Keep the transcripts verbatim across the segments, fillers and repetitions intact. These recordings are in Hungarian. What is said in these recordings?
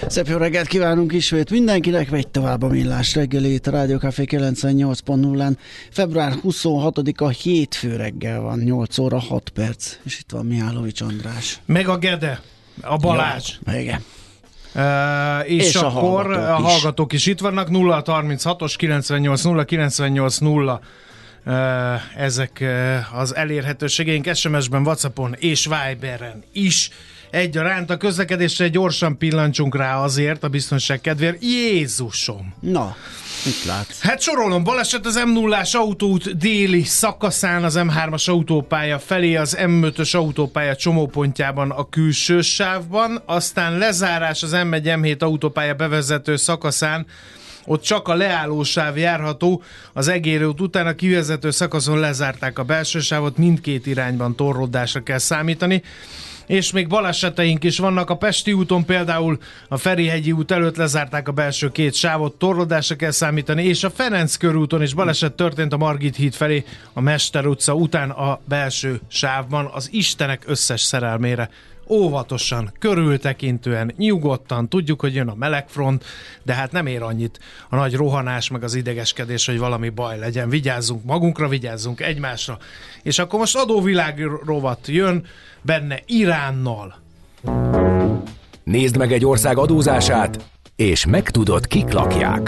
Szép jó reggelt kívánunk ismét mindenkinek, vegy tovább a Millás reggelét a Rádió Café kilencvennyolc pont nullán. február huszonhatodika hétfő reggel van, nyolc óra hat perc, és itt van Mihálovics András. Meg a Gede, a Balázs. Ja, igen. Uh, és, és akkor a hallgatók, a hallgatók is. is itt vannak, nulla harminchatos kilencvennyolc nulla kilencvennyolc nulla uh, ezek uh, az elérhetőségeink es em es-ben, WhatsAppon és Viberen is. Egyaránt a közlekedésre gyorsan pillancsunk rá azért, a biztonság kedvéért. Jézusom! Na, mit látsz? Hát sorolom, baleset az em nullás autóút déli szakaszán, az em hármas autópálya felé, az em ötös autópálya csomópontjában a külső sávban, aztán lezárás az em egy em hét autópálya bevezető szakaszán, ott csak a leállósáv járható, az Egérő út után a kivezető szakaszon lezárták a belső sávot, mindkét irányban torlódásra kell számítani. És még baleseteink is vannak a Pesti úton, például a Ferihegyi út előtt lezárták a belső két sávot, torlódásra kell számítani, és a Ferenc körúton is baleset történt a Margit híd felé, a Mester utca után a belső sávban, az Istenek összes szerelmére. Óvatosan, körültekintően, nyugodtan, tudjuk, hogy jön a melegfront, de hát nem ér annyit a nagy rohanás, meg az idegeskedés, hogy valami baj legyen. Vigyázzunk magunkra, vigyázzunk egymásra. És akkor most adóvilág rovat jön, benne Iránnal. Nézd meg egy ország adózását, és megtudod, kik lakják.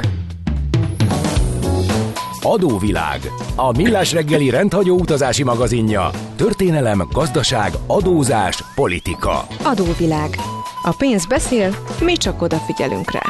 Adóvilág, a Millás reggeli rendhagyó utazási magazinja. Történelem, gazdaság, adózás, politika. Adóvilág. A pénz beszél, mi csak odafigyelünk rá.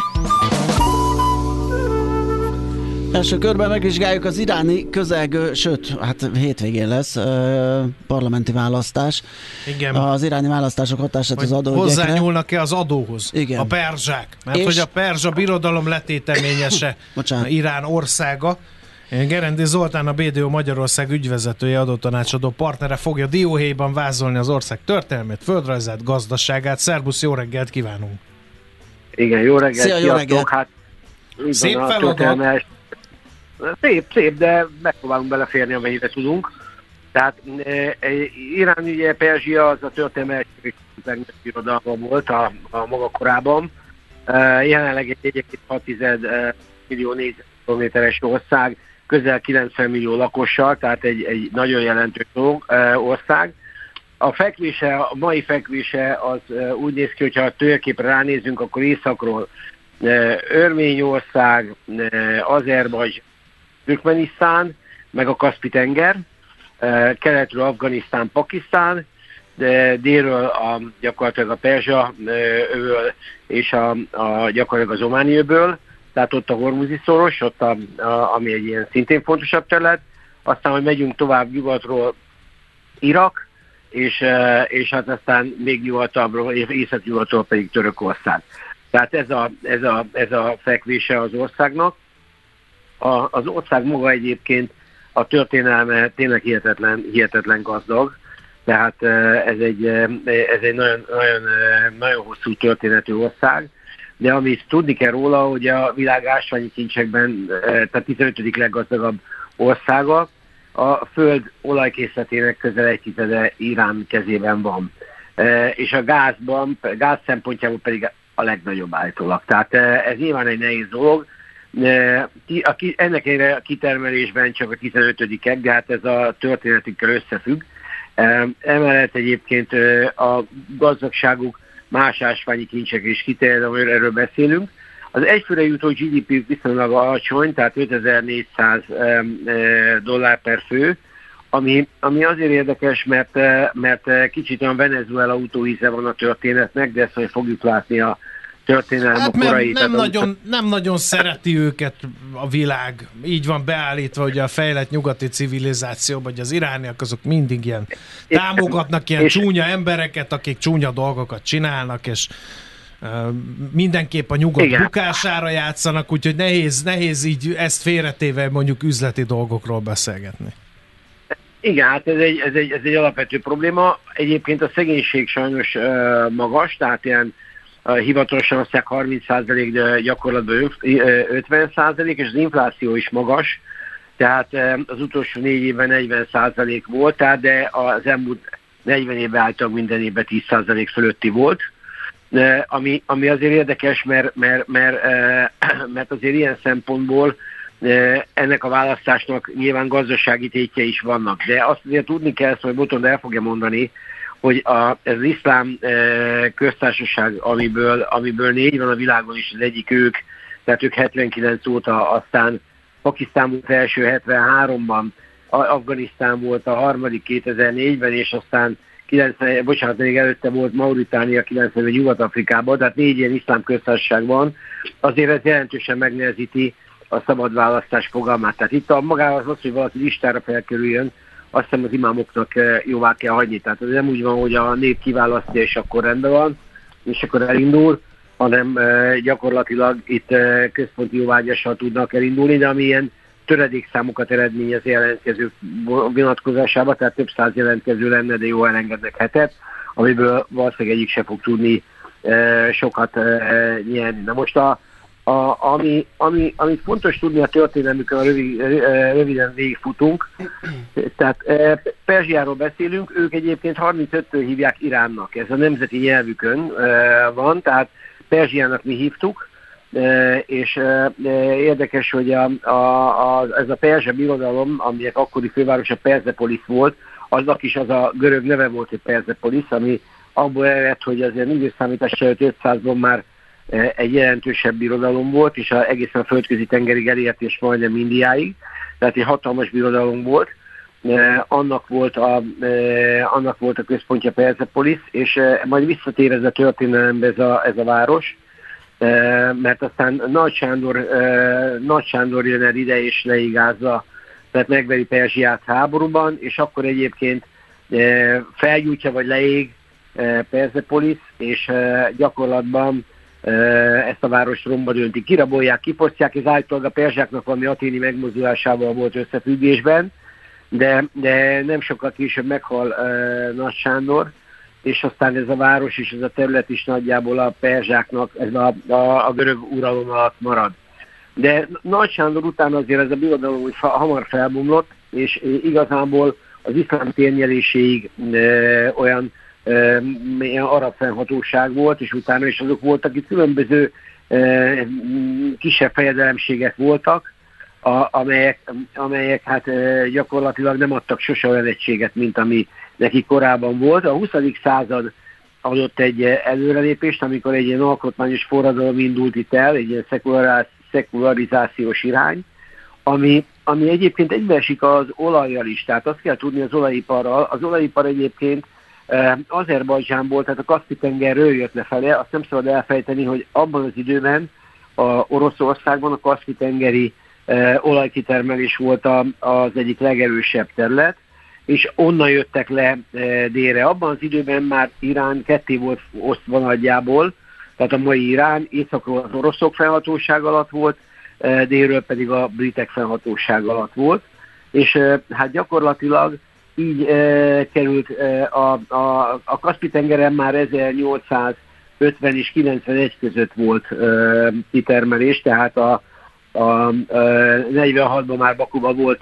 Első körben megvizsgáljuk az iráni közelgő, sőt, hát hétvégén lesz uh, parlamenti választás. Igen. Az iráni választások hatását az adóügyekre. Hozzányúlnak-e az adóhoz? Igen. A perzsák. Mert és... hogy a perzsa birodalom letéteményese Irán országa. Gerendi Zoltán, a bé dé o Magyarország ügyvezetője, adótanácsadó partnere fogja dióhéjban vázolni az ország történelmét, földrajzát, gazdaságát. Szerbusz, jó reggelt kívánunk! Igen, jó reggelt! Szia, jó reggelt! Hát, szép feladat! Szép, szép, de megpróbálunk beleférni, amennyire tudunk. Tehát e, Irán ugye, Perzsia az a történelmi legnagyobb birodalma volt a, a maga korában. E, jelenleg egy egy egész hat millió négyzetkilométeres ország, közel kilencven millió lakossal, tehát egy, egy nagyon jelentős ország. A fekvése, a mai fekvése az úgy néz ki, hogyha a térképre ránézünk, akkor északról Örményország, Azerbajdzsán, Türkmenisztán, meg a Kaszpi-tenger, keletről Afganisztán, Pakisztán, de délről a, gyakorlatilag a Perzsa öböl és a, a, gyakorlatilag az Ománi öböl, tehát ott a Hormuzi-szoros, ott a, a, ami egy ilyen szintén fontosabb terület. Aztán, hogy megyünk tovább nyugatról, Irak, és, és hát aztán még nyugatabbról, észak-nyugatról pedig Törökország. Tehát ez a, ez a, ez a fekvése az országnak. A, az ország maga egyébként a történelme tényleg hihetetlen, hihetetlen gazdag, tehát ez egy, ez egy nagyon, nagyon, nagyon hosszú történetű ország, de amit tudni kell róla, hogy a világ ásványi kincsekben, tehát tizenötödik leggazdagabb országa, a föld olajkészletének közel egy tizede Irán kezében van. És a gázban, gáz szempontjából pedig a legnagyobb állítólag. Tehát ez nyilván egy nehéz dolog. Ennek egyre a kitermelésben csak a tizenötödikek, de hát ez a történetükkel összefügg. Emellett egyébként a gazdagságuk más ásványi kincsek is kiterjed, erről beszélünk. Az egyfőre jutó gé dé pé viszonylag alacsony, tehát ötezer-négyszáz dollár per fő, ami, ami azért érdekes, mert, mert kicsit olyan Venezuela utóíze van a történetnek, de ezt majd fogjuk látni a történelem hát a korai. Nem, nem, nagyon, nem nagyon szereti őket a világ. Így van beállítva, hogy a fejlett nyugati civilizáció, vagy az irániak, azok mindig ilyen támogatnak ilyen és csúnya embereket, akik csúnya dolgokat csinálnak, és uh, mindenképp a nyugat igen. bukására játszanak, úgyhogy nehéz, nehéz így ezt félretéve mondjuk üzleti dolgokról beszélgetni. Igen, hát ez egy, ez egy, ez egy alapvető probléma. Egyébként a szegénység sajnos uh, magas, tehát ilyen uh, hivatalosan azt mondják harminc százalék, de gyakorlatban ötven százalék, és az infláció is magas, tehát uh, az utolsó négy évben negyven százalék volt, tehát de az elmúlt negyven évben által minden évben tíz százalék fölötti volt. ami, ami azért érdekes, mert, mert, mert, mert azért ilyen szempontból ennek a választásnak nyilván gazdasági tétje is vannak. De azt azért tudni kell, hogy Botond el fogja mondani, hogy a, ez az iszlám köztársaság, amiből, amiből négy van a világon is, az egyik ők, tehát ők hetvenkilenc óta, aztán Pakisztán volt első hetvenháromban, Afganisztán volt a harmadik kétezer-négyben, és aztán kilencven, bocsánat, még előtte volt Mauritánia kilencvenben Nyugat-Afrikában, tehát négy ilyen iszlám köztársaság van, azért ez jelentősen megnehezíti a szabad választás fogalmát. Tehát itt a magához az, hogy valaki listára felkerüljön, azt hiszem az imámoknak jóvá kell hagyni. Tehát ez nem úgy van, hogy a nép kiválasztja, és akkor rendben van, és akkor elindul, hanem gyakorlatilag itt központi jóvágyással tudnak elindulni, de ami ilyen töredékszámokat eredményez jelentkező vonatkozásában, tehát több száz jelentkező lenne, de jó elengednek hetet, amiből valószínűleg egyik se fog tudni e, sokat e, nyerni. Na most, a, a, ami, ami, amit fontos tudni a történelmükön, rövid, röviden végigfutunk, tehát e, Perzsiáról beszélünk, ők egyébként harmincöttől hívják Iránnak, ez a nemzeti nyelvükön e, van, tehát Perzsiának mi hívtuk, E, és e, érdekes, hogy a, a, a, ez a perzsa birodalom, aminek akkori fővárosa Perzepolis volt, aznak is az a görög neve volt, hogy Perzepolis, ami abból ered, hogy azért időszámítás előtt ötszázban már e, egy jelentősebb birodalom volt, és a, egészen a földközi tengerig elért, és majdnem Indiáig, tehát egy hatalmas birodalom volt. E, annak, volt a, e, annak volt a központja Perzepolis, és e, majd visszatér ez a történelembe ez a, ez a város, mert aztán Nagy Sándor, Nagy Sándor jön el ide és leigázza, tehát megveri Perzsiát háborúban, és akkor egyébként felgyújtja vagy leég Perzepolis, és gyakorlatban ezt a várost romba döntik. Kirabolják, kifosztják, ez állítólag a perzsáknak valami aténi megmozdulásával volt összefüggésben, de, de nem sokkal később meghal Nagy Sándor, és aztán ez a város és ez a terület is nagyjából a perzsáknak, ez a, a, a görög uralom alatt marad. De Nagy Sándor után azért ez a birodalom úgy hamar felbomlott, és igazából az iszlám térnyeréséig e, olyan e, arab fennhatóság volt, és utána is azok voltak, itt különböző e, kisebb fejedelemségek voltak, a, amelyek, amelyek hát e, gyakorlatilag nem adtak sose olyan egységet, mint ami neki korábban volt. A huszadik század adott egy előrelépést, amikor egy ilyen alkotmányos forradalom indult itt el, egy ilyen szekularizációs irány, ami, ami egyébként egybeesik az olajjal is. Tehát azt kell tudni az olajiparral. Az olajipar egyébként eh, Azerbajdzsánból, tehát a Kaszpi-tengerről jött lefele. Azt nem szabad elfejteni, hogy abban az időben a Oroszországban a Kaszpi-tengeri eh, olajkitermelés volt a, az egyik legerősebb terület, és onnan jöttek le e, délre. Abban az időben már Irán ketté volt osztva nagyjából, tehát a mai Irán északról az oroszok fennhatóság alatt volt, e, délről pedig a britek fennhatóság alatt volt, és e, hát gyakorlatilag így e, került e, a, a, a Kaszpi-tengeren már ezernyolcszázötven és kilencvenegy között volt e, kitermelés, tehát a A, a negyvenhatban már Bakuban volt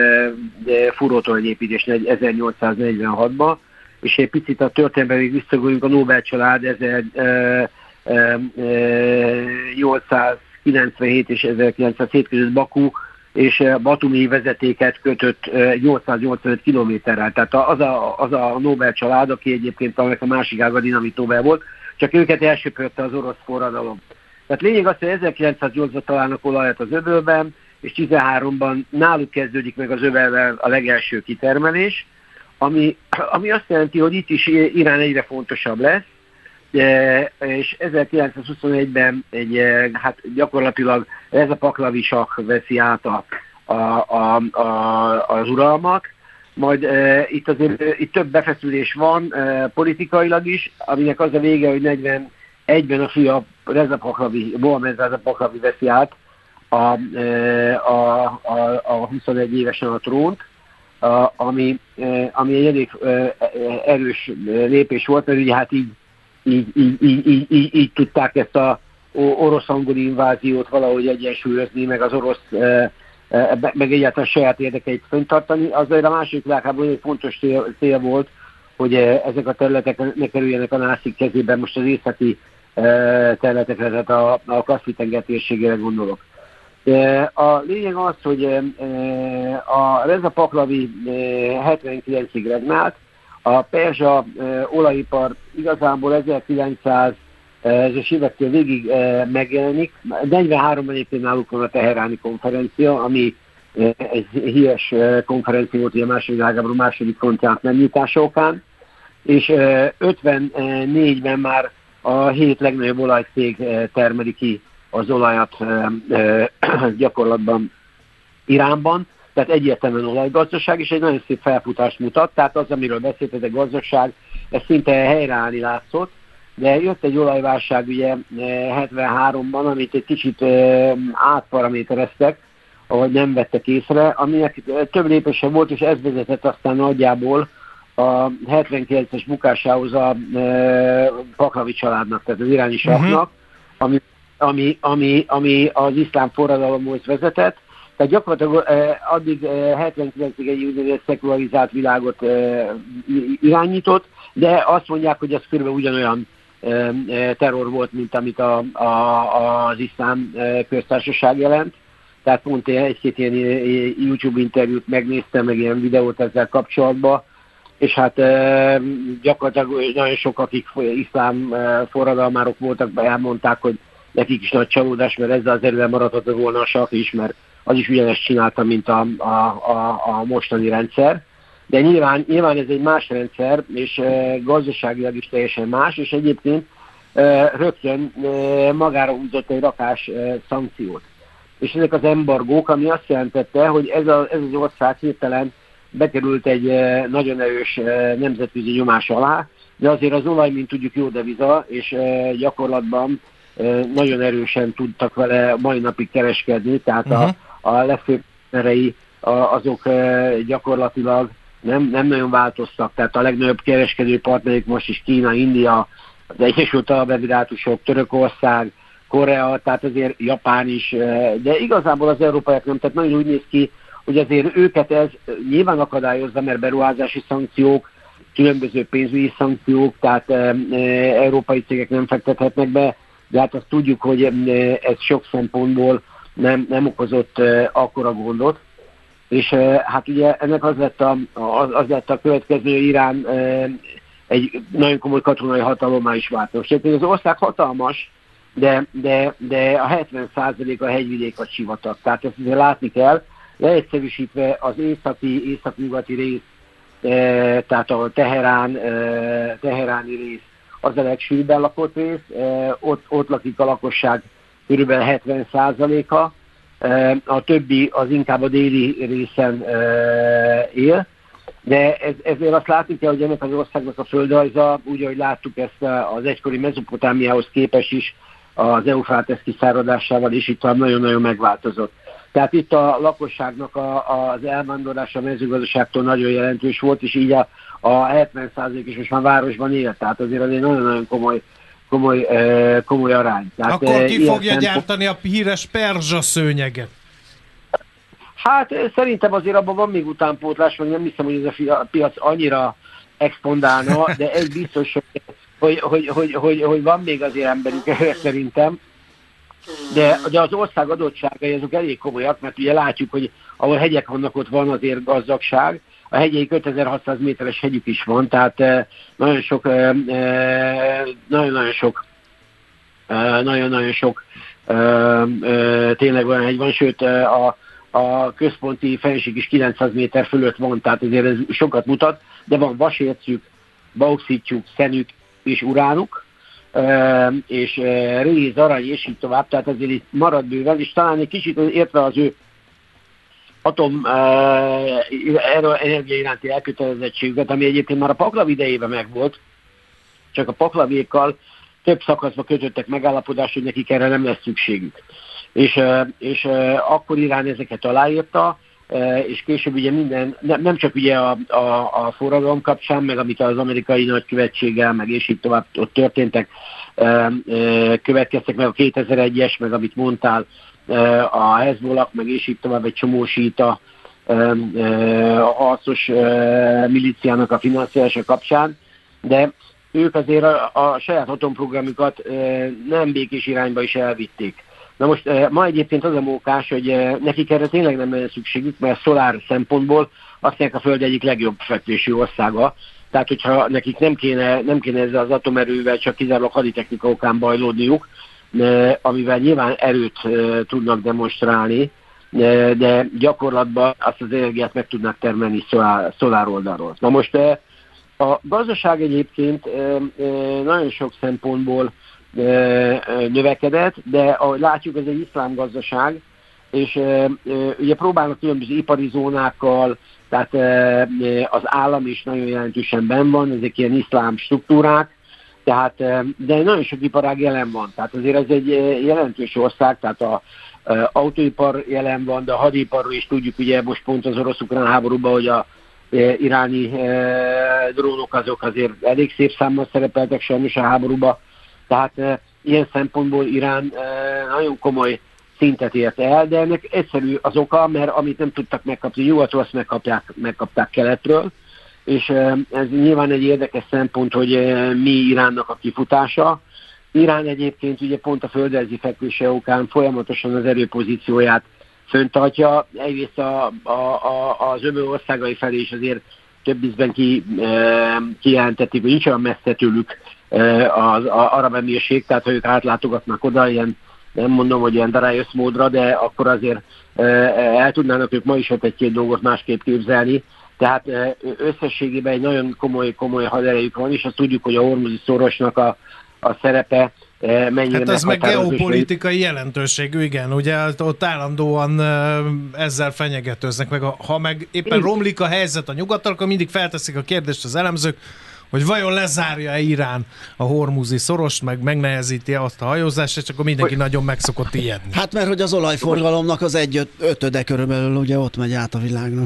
e, fúrótoronyépítés ezernyolcszáznegyvenhatban, és egy picit a történetben még visszagoljunk, a Nobel család ezernyolcszázkilencvenhét és ezerkilencszázhét között Baku és Batumi vezetéket kötött nyolcszáznyolcvanöt kilométerrel. Tehát az a, az a Nobel család, aki egyébként a másik ága dinamit Nobel volt, csak őket elsöpörte az orosz forradalom. Tehát lényeg az, hogy ezerkilencszáznyolcban találnak olajat az öbölben, és tizenháromban náluk kezdődik meg az öbölben a legelső kitermelés, ami, ami azt jelenti, hogy itt is Irán egyre fontosabb lesz, és ezerkilencszázhuszonegyben egy, hát gyakorlatilag Reza Pahlavi sakk veszi át a, a, a, a, az uralmat, majd e, itt azért itt több befeszülés van e, politikailag is, aminek az a vége, hogy negyvenegyben a fia Reza Pahlavi, Mohamed Reza Pahlavi veszi át a, a, a, a huszonegy évesen a trónt, a, ami, ami egy elég erős lépés volt, mert ugye hát így, így, így, így, így, így, így tudták ezt a orosz-angoli inváziót valahogy egyensúlyozni, meg az orosz, meg egyáltalán saját érdekeit fenntartani. Azért a második világháború egy fontos cél, cél volt, hogy ezek a területek ne kerüljenek a nászik kezében. Most az északi területekre, tehát a, a Kaszpi-tenger térségére gondolok. A lényeg az, hogy a Reza Pahlavi hetvenkilencig regnált, a perzsa olajipar igazából ezerkilencszázas évektől végig megjelenik. negyvenháromban egyébként náluk van a Teheráni konferencia, ami egy híres konferencia volt, ugye a második világháború második frontjának megnyitása okán, és ötvennégyben már a hét legnagyobb olajcég termeli ki az olajat gyakorlatban Iránban, tehát egyértelműen olajgazdaság, és egy nagyon szép felfutást mutat, tehát az, amiről beszélt, a gazdagság, ez szinte helyreállni látszott, de jött egy olajválság ugye hetvenháromban, amit egy kicsit átparamétereztek, ahogy nem vettek észre, aminek több lépése volt, és ez vezetett aztán nagyjából a hetvenkilences bukásához a Pahlavi családnak, tehát az iráni sahnak, uh-huh. ami, ami, ami, ami az iszlám forradalomhoz vezetett. Tehát gyakorlatilag eh, addig eh, hetvenkilencig egy úgynevezett szekularizált világot eh, irányított, de azt mondják, hogy ez körülbelül ugyanolyan eh, terror volt, mint amit a, a, az iszlám eh, köztársaság jelent. Tehát pont egy-két ilyen YouTube interjút megnéztem, meg ilyen videót ezzel kapcsolatban, és hát eh, gyakorlatilag nagyon sok, akik iszlám eh, forradalmárok voltak, elmondták, hogy nekik is nagy csalódás, mert ezzel az erővel maradhatott volna a sah is, mert az is ugyanezt csinálta, mint a, a, a, a mostani rendszer. De nyilván, nyilván ez egy más rendszer, és e, gazdaságilag is teljesen más, és egyébként e, rögtön e, magára húzott egy rakás e, szankciót. És ezek az embargók, ami azt jelentette, hogy ez, a, ez az ország hirtelen bekerült egy e, nagyon erős e, nemzetközi nyomás alá, de azért az olaj, mint tudjuk, jó deviza, és e, gyakorlatban e, nagyon erősen tudtak vele mai napig kereskedni, tehát uh-huh. a a legfőbb partnerei azok gyakorlatilag nem, nem nagyon változtak, tehát a legnagyobb kereskedő partnerek most is Kína, India, az Egyesült Arab Emirátusok, Törökország, Korea, tehát azért Japán is, de igazából az európaiak nem, tehát nagyon úgy néz ki, hogy azért őket ez nyilván akadályozza, mert beruházási szankciók, különböző pénzügyi szankciók, tehát e, e, európai cégek nem fektethetnek be, de hát azt tudjuk, hogy ez sok szempontból nem, nem okozott uh, akkora gondot, és uh, hát ugye ennek az lett a, az, az lett a következő, Irán uh, egy nagyon komoly katonai hatalommá is változott. Tehát az ország hatalmas, de, de, de a hetven százalék a hegyvidék a sivatag. Tehát ezt azért látni kell, leegyszerűsítve az északi, észak-nyugati rész, uh, tehát a Teherán, uh, teheráni rész, az a legsűrűbben lakott rész, uh, ott, ott lakik a lakosság körülbelül hetven százaléka, a többi az inkább a déli részen él, de ez, ezért azt látni kell, hogy ennek az országnak a földrajza, úgy, ahogy láttuk ezt az egykori Mezopotámiához képest is, az Eufrátesz kiszáradásával is itt nagyon-nagyon megváltozott. Tehát itt a lakosságnak a, az elvándorlása a mezőgazdaságtól nagyon jelentős volt, és így a, a hetven százalék is most már városban él, tehát azért azért nagyon-nagyon komoly Komoly, komoly arány. Tehát, Akkor ki fogja szempont... gyártani a híres perzsa szőnyeget? Hát szerintem azért abban van még utánpótlás, vagy nem hiszem, hogy ez a piac annyira expandálna, de egy biztos, hogy, hogy, hogy, hogy, hogy van még azért emberük erre szerintem. De, de az ország adottságai azok elég komolyak, mert ugye látjuk, hogy ahol hegyek vannak, ott van azért gazdagság. A hegyeik ötezer-hatszáz méteres hegyük is van, tehát nagyon sok, nagyon-nagyon sok, nagyon-nagyon sok tényleg olyan hegy van, sőt a, a központi fenség is kilencszáz méter fölött van, tehát azért ez sokat mutat, de van vasércük, bauxitjuk, szenük és uránuk, és réz, arany és így tovább, tehát azért itt marad bőven, és talán egy kicsit értve az ő atom uh, energia iránti elkötelezettségüket, ami egyébként már a Pahlavi idejében megvolt, csak a Pahlavékkal több szakaszba kötöttek megállapodást, hogy nekik erre nem lesz szükségük. És, uh, és uh, akkor Irán ezeket aláírta, uh, és később ugye minden, nem, nem csak ugye a, a, a forradalom kapcsán, meg amit az amerikai nagykövetséggel, meg és így tovább ott történtek, uh, uh, következtek meg a kétezer-egyes, meg amit mondtál, a Hezbollah, meg és így tovább egy csomó síta a harcos milíciának a finanszírozása kapcsán, de ők azért a, a saját atomprogramjukat e, nem békés irányba is elvitték. Na most e, ma egyébként az a mókás, hogy e, nekik erre tényleg nem lenne szükségük, mert szolár szempontból azt mondják, a Föld egyik legjobb fekvésű országa. Tehát, hogyha nekik nem kéne, nem kéne ezzel az atomerővel csak kizárólag haditechnika okán bajlódniuk, e, amivel nyilván erőt e, tudnak demonstrálni, e, de gyakorlatban azt az energiát meg tudnak termelni szolár, szolár oldalról. Na most e, a gazdaság egyébként nagyon sok szempontból növekedett, de ahogy látjuk, ez egy iszlám gazdaság, és ugye próbálnak különböző ipari zónákkal, tehát az állam is nagyon jelentősen benn van, ezek ilyen iszlám struktúrák, tehát, de nagyon sok iparág jelen van, tehát azért ez egy jelentős ország, tehát a autóipar jelen van, de a hadiparról is tudjuk, ugye most pont az orosz-ukrán háborúban, hogy a iráni e, drónok azok azért elég szép számmal szerepeltek sajnos a háborúba. Tehát e, ilyen szempontból Irán e, nagyon komoly szintet ért el, de ennek egyszerű az oka, mert amit nem tudtak megkapni nyugatról, azt megkapják, megkapták keletről, és e, ez nyilván egy érdekes szempont, hogy e, mi Iránnak a kifutása. Irán egyébként ugye pont a földrajzi fekvése okán folyamatosan az erőpozícióját föntartja, egyrészt a, a, a, az öböl országai felé is azért több ízben ki, e, kijelentették, hogy nincs olyan messze tőlük e, az a arab emírség, tehát ha ők átlátogatnak oda, ilyen, nem mondom, hogy ilyen darályos módra, de akkor azért e, el tudnának ők ma is ott egy-két dolgot másképp képzelni. Tehát e, összességében egy nagyon komoly, komoly haderejük van, és azt tudjuk, hogy a Hormuzi szorosnak a, a szerepe mennyire hát az meg geopolitikai jelentőségű, igen, ugye ott állandóan ezzel fenyegetőznek, meg a, ha meg éppen igen. romlik a helyzet a nyugaton, akkor mindig felteszik a kérdést az elemzők, hogy vajon lezárja-e Irán a Hormuzi szorost, meg megnehezíti-e azt a hajózást, és akkor mindenki hogy... nagyon meg szokott ijedni. Hát mert hogy az olajforgalomnak az egy ötöde körülbelül ugye ott megy át a világnak.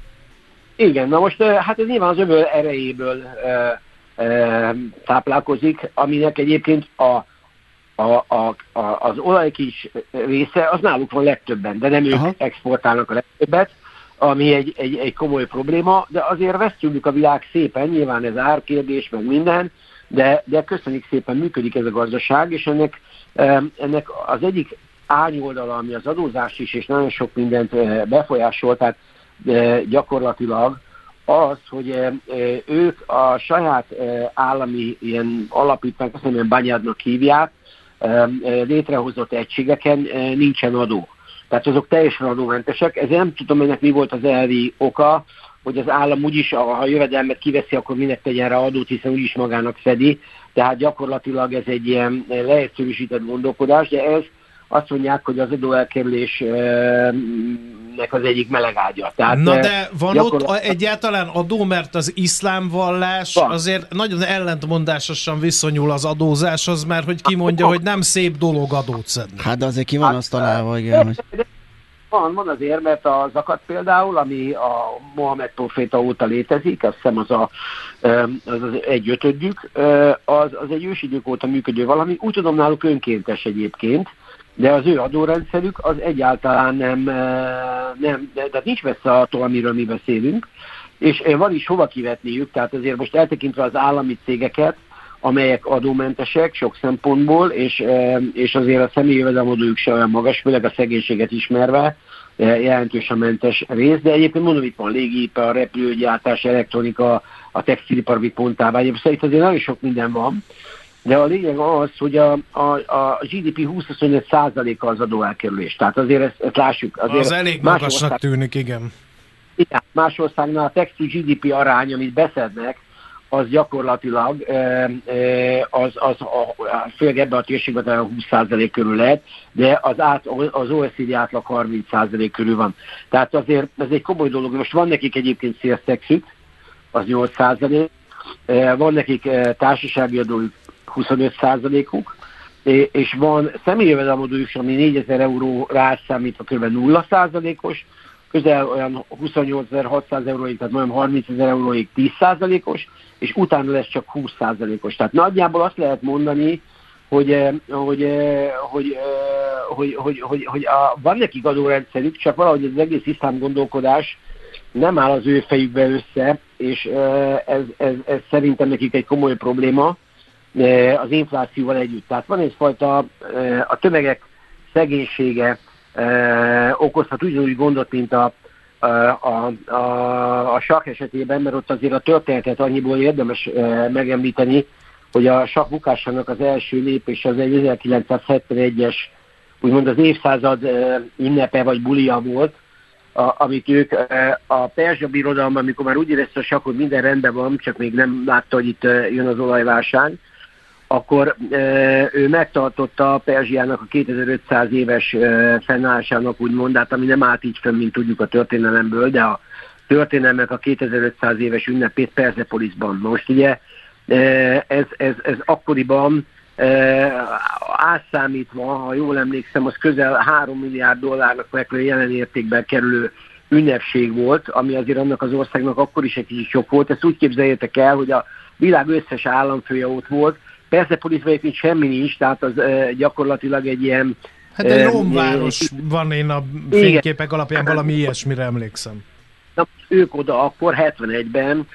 Igen, na most hát ez nyilván az öböl erejéből e, e, táplálkozik, aminek egyébként a A, a, a, az olajkincs része, az náluk van legtöbben, de nem ők Aha. exportálnak a legtöbbet, ami egy, egy, egy komoly probléma, de azért vesztjük a világ szépen, nyilván ez árkérdés, meg minden, de, de köszönjük szépen működik ez a gazdaság, és ennek, ennek az egyik árnyoldala, ami az adózás is, és nagyon sok mindent befolyásol, tehát gyakorlatilag az, hogy ők a saját állami ilyen alapítványt, azt mondom, bányádnak hívják, létrehozott egységeken nincsen adó. Tehát azok teljesen adómentesek. Ezért nem tudom, ennek mi volt az elvi oka, hogy az állam úgyis, ha jövedelmet kiveszi, akkor minek tegyen rá adót, hiszen úgyis magának szedi. Tehát gyakorlatilag ez egy ilyen leegyszerűsített gondolkodás, de ez azt mondják, hogy az adóelkerülésnek az egyik melegágya. Tehát, na de van gyakorlat... ott egyáltalán adó, mert az iszlám vallás van. Azért nagyon ellentmondásosan viszonyul az adózáshoz, mert hogy kimondja, hogy nem szép dolog adót szedni. Hát de azért ki van azt találva, igen. Van, van azért, mert a zakat például, ami a Mohamed proféta óta létezik, azt hiszem az, a, az, az egy ötödjük, az, az egy ősidők óta működő valami. Úgy tudom, náluk önkéntes egyébként, de az ő adórendszerük az egyáltalán nem, nem de, tehát nincs messze attól, amiről mi beszélünk, és van is hova kivetniük, tehát azért most eltekintve az állami cégeket, amelyek adómentesek sok szempontból, és, és azért a személyi jövedelemadójuk se olyan magas, főleg a szegénységet ismerve, jelentős a mentes rész, de egyébként mondom, itt van légipar, repülőgyártás, elektronika, a textilipar pontában, egyébként azért nagyon sok minden van, de a lényeg az, hogy a, a, a gé dé pé húsz-huszonöt százaléka az adóelkerülés. Tehát azért ezt, ezt lássuk. Azért az elég magasnak ország... tűnik, igen. Igen, más országnál a textil gé dé pé arány, amit beszednek, az gyakorlatilag az, az a, főleg ebben a térségben a húsz százalék körül lehet, de az, át, az o e cé dé átlag harminc százalék körül van. Tehát azért ez egy komoly dolog. Most van nekik egyébként szélszexük, az nyolc százalék, van nekik társasági adójuk huszonöt százalékuk, és van személyi jövedelemadójuk, ami négyezer euró rászámítva kb. nulla százalékos, közel olyan huszonnyolcezer-hatszáz euróig, tehát majdnem harmincezer euróig tíz százalékos, és utána lesz csak húsz százalékos. Tehát nagyjából azt lehet mondani, hogy, hogy, hogy, hogy, hogy, hogy, hogy a, van nekik adórendszerük, csak valahogy az egész iszlám gondolkodás nem áll az ő fejükbe össze, és ez, ez, ez szerintem nekik egy komoly probléma az inflációval együtt. Tehát van egyfajta a tömegek szegénysége okozhat ugyanúgy gondot, mint a, a, a, a, a sakk esetében, mert ott azért a történetet annyiból érdemes megemlíteni, hogy a sakk bukásának az első lépés az egy ezerkilencszázhetvenegyes, úgymond az évszázad ünnepe vagy bulia volt, a, amit ők a perzsa birodalomban, amikor már úgy érezte a sakk, hogy minden rendben van, csak még nem látta, hogy itt jön az olajválság, akkor ő megtartotta a Perzsiának a kétezer-ötszáz éves fennállásának úgymond, hát ami nem állt így fönn, mint tudjuk a történelemből, de a történelmek a kétezer-ötszáz éves ünnepét Persepolisban. Most ugye ez, ez, ez akkoriban átszámítva, ha jól emlékszem, az közel három milliárd dollárnak megfelelő jelen értékben kerülő ünnepség volt, ami azért annak az országnak akkor is egy kicsit sok volt. Ezt úgy képzeljétek el, hogy a világ összes államfője ott volt. Persepolisban egyébként semmi nincs, tehát az e, gyakorlatilag egy ilyen... Hát egy romváros e, van, én a fényképek alapján valami ilyesmire emlékszem. Na, ők oda akkor hetvenegyben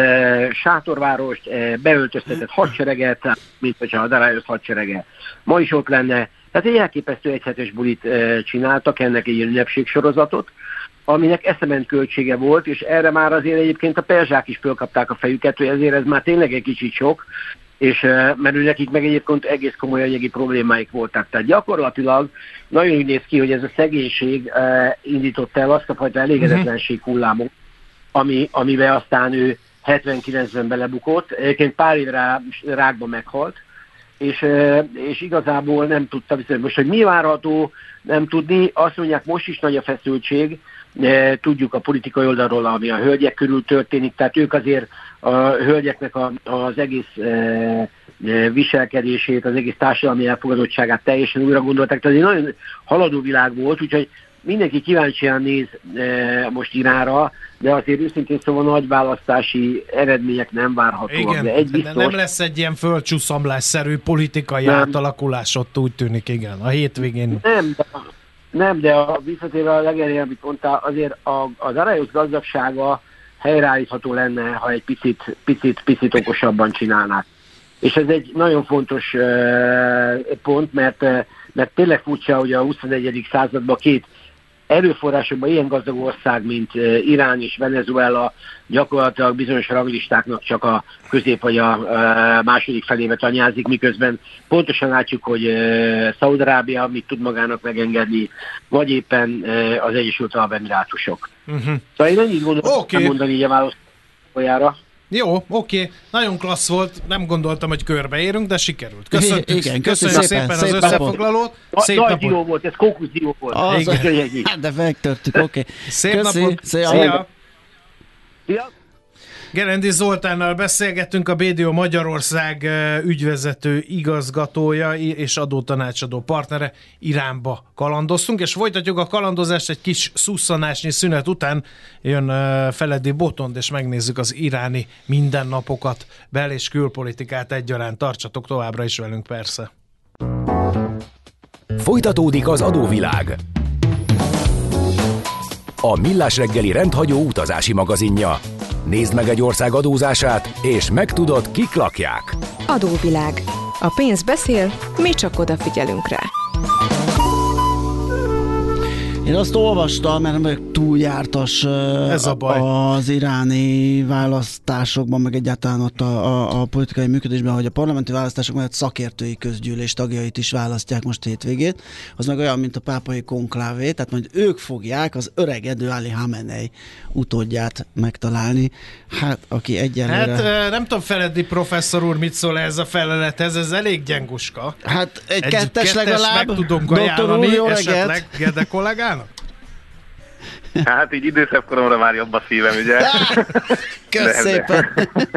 e, sátorvárost, e, beöltöztetett hadsereget, mint hogyha a Darius hadserege ma is ott lenne. Tehát egy elképesztő egyhetes bulit e, csináltak, ennek egy ünnepségsorozatot, aminek eszement költsége volt, és erre már azért egyébként a perzsák is fölkapták a fejüket, hogy ezért ez már tényleg egy kicsit sok, és mert ő nekik meg egyébként egész komoly anyagi problémáik voltak. Tehát gyakorlatilag nagyon úgy néz ki, hogy ez a szegénység indította el azt a fajta elégedetlenség hullámot, ami, amiben aztán ő hetvenkilencben belebukott. Egyébként pár év rá, rákba meghalt, és, és igazából nem tudta viszont most, hogy mi várható, nem tudni. Azt mondják, most is nagy a feszültség, tudjuk a politikai oldalról, ami a hölgyek körül történik, tehát ők azért a hölgyeknek a, az egész e, e, viselkedését, az egész társadalmi elfogadottságát teljesen újra gondolták, tehát egy nagyon haladó világ volt, úgyhogy mindenki kíváncsian néz e, most Iránra, de azért őszintén szóval nagy választási eredmények nem várhatóak. Igen, de egy biztos, de nem lesz egy ilyen földcsúszamlásszerű politikai nem. átalakulás ott, úgy tűnik, igen, a hétvégén. Nem, de, nem, de a, visszatérve a legelején, amit mondtál, azért a, az Darius gazdagsága helyreállítható lenne, ha egy picit, picit, picit okosabban csinálnák. És ez egy nagyon fontos uh, pont, mert, uh, mert tényleg furcsa, hogy a huszonegyedik században két erőforrásokban ilyen gazdag ország, mint uh, Irán és Venezuela gyakorlatilag bizonyos ranglistáknak csak a közép vagy a uh, második felébe tanyázik, miközben pontosan látjuk, hogy uh, Szaúd-Arábia mit tud magának megengedni, vagy éppen uh, az Egyesült Arab Emirátusok. Uh-huh. Szóval én ennyit gondoltam okay. mondani így a választójára. Jó, oké. Okay. Nagyon klassz volt. Nem gondoltam, hogy körbeérünk, de sikerült. Köszöntük, igen, köszönjük szépen, szépen az összefoglalót. Szép napot. Nagy dió volt, ez kókuszdió volt. Az, hát de megtörtük, oké. Okay. Szép Köszi. napot. Szia. Szia. Szia. Gerendi Zoltánnal beszélgettünk, a bé dé o Magyarország ügyvezető igazgatója és adótanácsadó partnere. Iránba kalandoztunk, és folytatjuk a kalandozást egy kis szusszanásnyi szünet után. Jön Feledi Botond, és megnézzük az iráni mindennapokat, bel- és külpolitikát egyaránt. Tartsatok továbbra is velünk, persze. Folytatódik az adóvilág. A Millás reggeli rendhagyó utazási magazinja. Nézd meg egy ország adózását, és megtudod, kik lakják. Adóvilág. A pénz beszél, mi csak odafigyelünk rá. Én azt olvastam, mert meg túljártas Ez a baj. az iráni választásokban, meg egyáltalán ott a, a, a politikai működésben, hogy a parlamenti választások mellett szakértői közgyűlés tagjait is választják most hétvégét. Az meg olyan, mint a pápai konklávé, tehát majd ők fogják az öregedő Ali Khamenei utódját megtalálni. Hát, aki egyenlőre... Hát nem tudom, Feledi professzor úr mit szól ez a felelethez, ez elég gyenguska. Hát egy, egy kettes, kettes legalább. meg tudunk ajánlani, úr, esetleg Gede kollégának? Hát így időszebb koromra már jobb a szívem, ugye? Kösz szépen!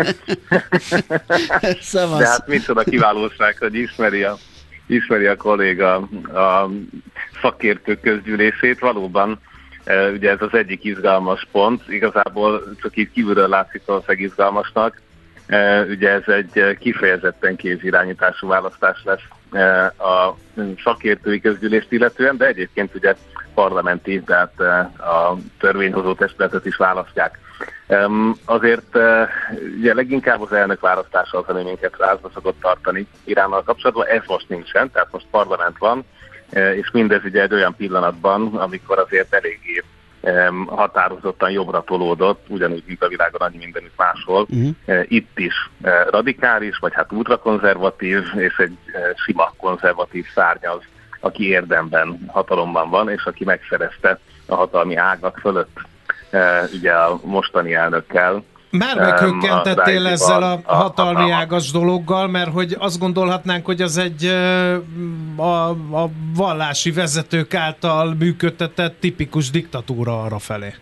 De hát micsoda kiválóság, hogy ismeri a, ismeri a kolléga a szakértők közgyűlését. Valóban ugye ez az egyik izgalmas pont, igazából csak így kívülről látszik valószínűleg izgalmasnak. Ugye ez egy kifejezetten kézirányítású választás lesz a szakértői közgyűlést illetően, de egyébként ugye parlamenti, tehát a törvényhozó testületet is választják. Um, azért uh, ugye leginkább az elnök választása az, ami minket rázba szokott tartani Iránnal kapcsolatban, ez most nincsen, tehát most parlament van, uh, és mindez ugye egy olyan pillanatban, amikor azért eléggé um, határozottan jobbra tolódott, ugyanúgy, mint a világon annyi mindenütt máshol, uh-huh. uh, itt is uh, radikális, vagy hát ultrakonzervatív, és egy uh, sima konzervatív szárnyaz, aki érdemben hatalomban van, és aki megszerezte a hatalmi ágak fölött ugye a mostani elnökkel. Már meghökkentettél ezzel a hatalmi ágas dologgal, mert hogy azt gondolhatnánk, hogy az egy a, a vallási vezetők által működtetett tipikus diktatúra arrafelé.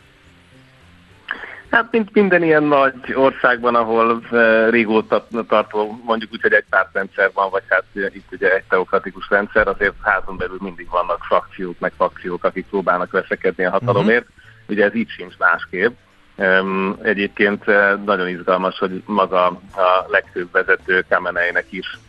Hát mint minden ilyen nagy országban, ahol régóta tartó, mondjuk úgy, hogy egy pártrendszer van, vagy hát itt ugye egy teokratikus rendszer, azért házon belül mindig vannak frakciók, meg fakciók, akik próbálnak veszekedni a hatalomért. Uh-huh. Ugye ez így sincs másképp. Um, egyébként nagyon izgalmas, hogy maga a legfőbb vezető Khameneinek is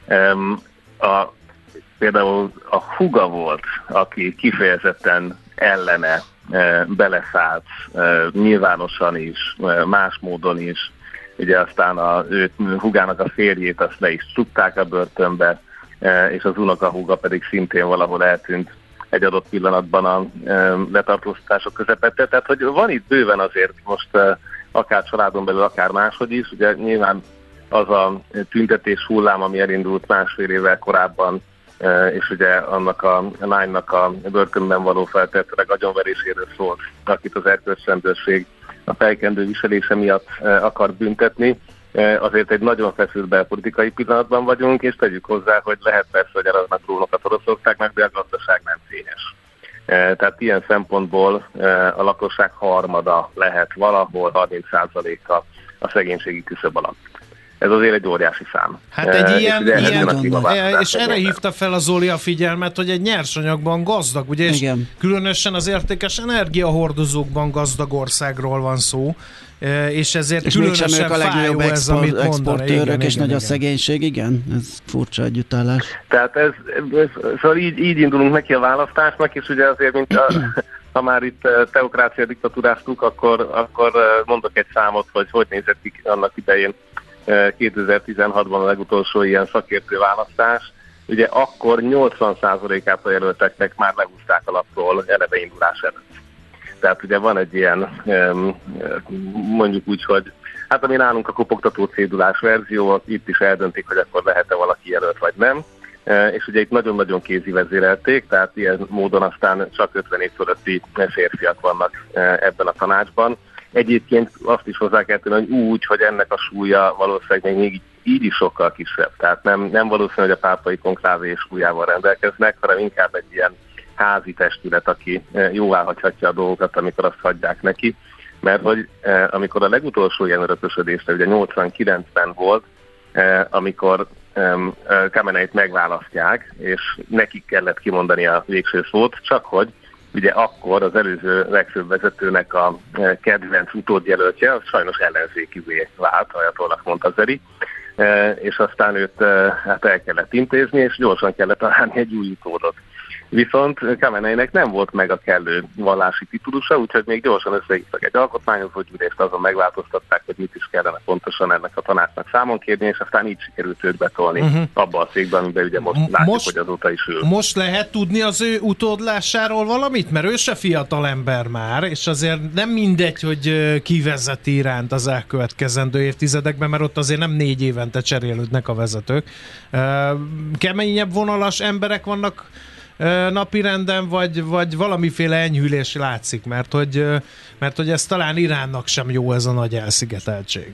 um, a, például a húga volt, aki kifejezetten ellene uh, beleszállt uh, nyilvánosan is, uh, más módon is. Ugye aztán a ő húgának a férjét azt le is csukták a börtönbe, uh, és az unokahúga pedig szintén valahol eltűnt egy adott pillanatban a e, letartóztatások közepette. Tehát, hogy van itt bőven azért most e, akár családon belül, akár máshogy is. Ugye nyilván az a tüntetés hullám, ami elindult másfél évvel korábban, e, és ugye annak a lánynak a börtönben való feltétlenül agyonveréséről szólt, akit az erkölcsrendőrség a fejkendő viselése miatt e, akar büntetni. Azért egy nagyon feszült belpolitikai pillanatban vagyunk, és tegyük hozzá, hogy lehet persze, hogy eladnak rónokat Oroszországnak, de a gazdaság nem fényes. Tehát ilyen szempontból a lakosság harmada lehet valahol harminc százaléka a szegénységi küszöb alatt. Ez azért egy óriási szám. Hát egy ilyen, és, ilyen, és erre hívta fel a Zoli a figyelmet, hogy egy nyersanyagban gazdag, ugye, és igen. Különösen az értékes energiahordozókban gazdag országról van szó, és ezért és különösen ők a legnagyobb ez, amit exportőrök, igen, és igen, nagy a igen. szegénység, igen? Ez furcsa együttállás. Tehát ez, ez, szóval így, így indulunk neki a választásnak, és ugye azért, mint a, ha már itt teokrácia diktatúráztuk, akkor, akkor mondok egy számot, hogy hogy nézett ki annak idején kétezer-tizenhatban a legutolsó ilyen szakértő választás. Ugye akkor nyolcvan százalékát a jelölteknek már lehúzták a lapról eleve indulás előtt. Tehát ugye van egy ilyen, mondjuk úgy, hogy hát ami nálunk a kopogtató cédulás verzió, itt is eldöntik, hogy akkor lehet-e valaki jelölt vagy nem. És ugye itt nagyon-nagyon kézi vezérelték, tehát ilyen módon aztán csak ötven év fölötti férfiak vannak ebben a tanácsban. Egyébként azt is hozzá kell tenni, hogy úgy, hogy ennek a súlya valószínűleg még így, így is sokkal kisebb. Tehát nem, nem valószínű, hogy a pápai konklávé súlyával rendelkeznek, hanem inkább egy ilyen házi testület, aki jóváhagyhatja a dolgokat, amikor azt hagyják neki. Mert hogy amikor a legutolsó ilyen örökösödésre, ugye nyolcvankilencben volt, amikor Khameneit megválasztják, és nekik kellett kimondani a végső szót, csak hogy ugye akkor az előző legfőbb vezetőnek a kedvenc utódjelöltje, az sajnos ellenzékivé vált, Ajatollah Montazeri, és aztán őt hát el kellett intézni, és gyorsan kellett találni egy új utódot. Viszont Khameneinek nem volt meg a kellő vallási titulusa, úgyhogy még gyorsan összehívtak egy alkotmányozó gyűlést, azon megváltoztatták, hogy mit is kellene pontosan ennek a tanácsnak számon kérni, és aztán így sikerült őt betolni uh-huh. abba a székben, amiben ugye most látjuk, most, hogy azóta is ül. Most lehet tudni az ő utódlásáról valamit? Mert ő se fiatal ember már, és azért nem mindegy, hogy ki vezeti Iránt az elkövetkezendő évtizedekben, mert ott azért nem négy évente cserélődnek a vezetők. Keményebb vonalas emberek vannak napirenden, vagy, vagy valamiféle enyhülés látszik, mert hogy, mert hogy ez talán Iránnak sem jó, ez a nagy elszigeteltség.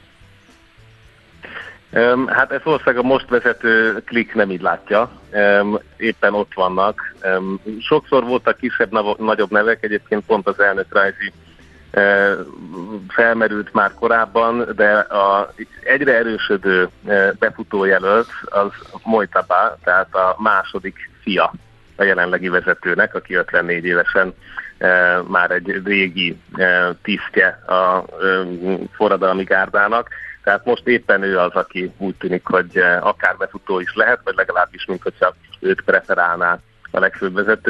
Hát ezt valószínűleg a most vezető klik nem így látja. Éppen ott vannak. Sokszor voltak kisebb, nagyobb nevek, egyébként pont az elnök Raisi felmerült már korábban, de a egyre erősödő befutójelölt az Mojtaba, tehát a második fia a jelenlegi vezetőnek, aki ötvennégy évesen e, már egy régi e, tisztje a e, forradalmi gárdának. Tehát most éppen ő az, aki úgy tűnik, hogy e, akár befutó is lehet, vagy legalábbis, mint hogyha őt preferálná a legfőbb vezető.